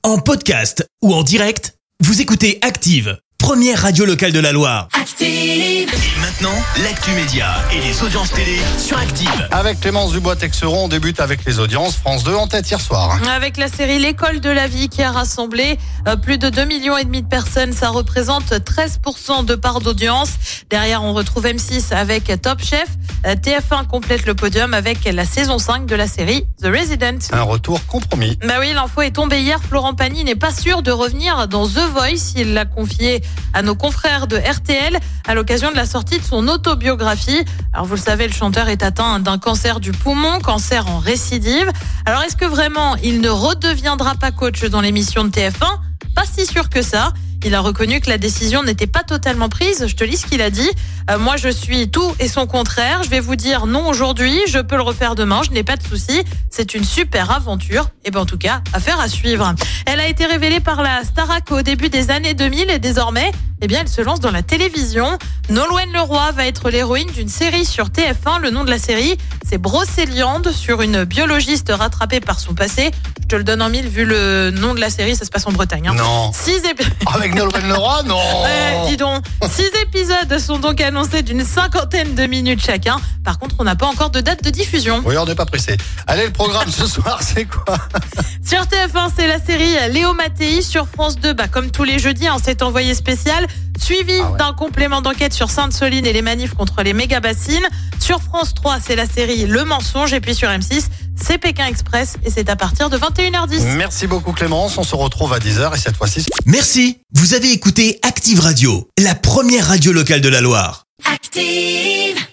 En podcast ou en direct, vous écoutez Active, première radio locale de la Loire. Active! Et maintenant, l'actu média et les audiences télé sur Active. Avec Clémence Dubois-Texeron, on débute avec les audiences. France 2 en tête hier soir. Avec la série L'école de la vie qui a rassemblé plus de 2,5 millions de personnes, ça représente 13% de part d'audience. Derrière, on retrouve M6 avec Top Chef. TF1 complète le podium avec la saison 5 de la série The Resident. Un retour compromis. Bah oui, l'info est tombée hier. Florent Pagny n'est pas sûr de revenir dans The Voice. Il l'a confié à nos confrères de RTL à l'occasion de la sortie de son autobiographie. Alors vous le savez, le chanteur est atteint d'un cancer du poumon, cancer en récidive. Alors est-ce que vraiment il ne redeviendra pas coach dans l'émission de TF1 ? Pas si sûr que ça. Il a reconnu que la décision n'était pas totalement prise. Je te lis ce qu'il a dit. Moi, je suis tout et son contraire. Je vais vous dire non aujourd'hui. Je peux le refaire demain. Je n'ai pas de souci. C'est une super aventure. Et ben, en tout cas, affaire à suivre. Elle a été révélée par la Starac au début des années 2000 et désormais, elle se lance dans la télévision. Nolwenn Leroy va être l'héroïne d'une série sur TF1. Le nom de la série, c'est Brocéliande, sur une biologiste rattrapée par son passé. Je te le donne en mille, vu le nom de la série, ça se passe en Bretagne. Non. Avec Nolwenn Leroy, non. Dis donc. 6 épisodes sont donc annoncés d'une 50aine de minutes chacun. Par contre, on n'a pas encore de date de diffusion. Oui, on n'est pas pressé. Allez, le programme ce soir, c'est quoi ? Sur TF1, c'est la série Léo Mattei. Sur France 2, comme tous les jeudis, c'est envoyé spécial, suivi d'un complément d'enquête sur Sainte-Soline et les manifs contre les méga-bassines. Sur France 3, c'est la série Le Mensonge. Et puis sur M6, c'est Pékin Express et c'est à partir de 21h10. Merci beaucoup Clémence, on se retrouve à 10h et cette fois-ci... Merci, vous avez écouté Active Radio, la première radio locale de la Loire. Active!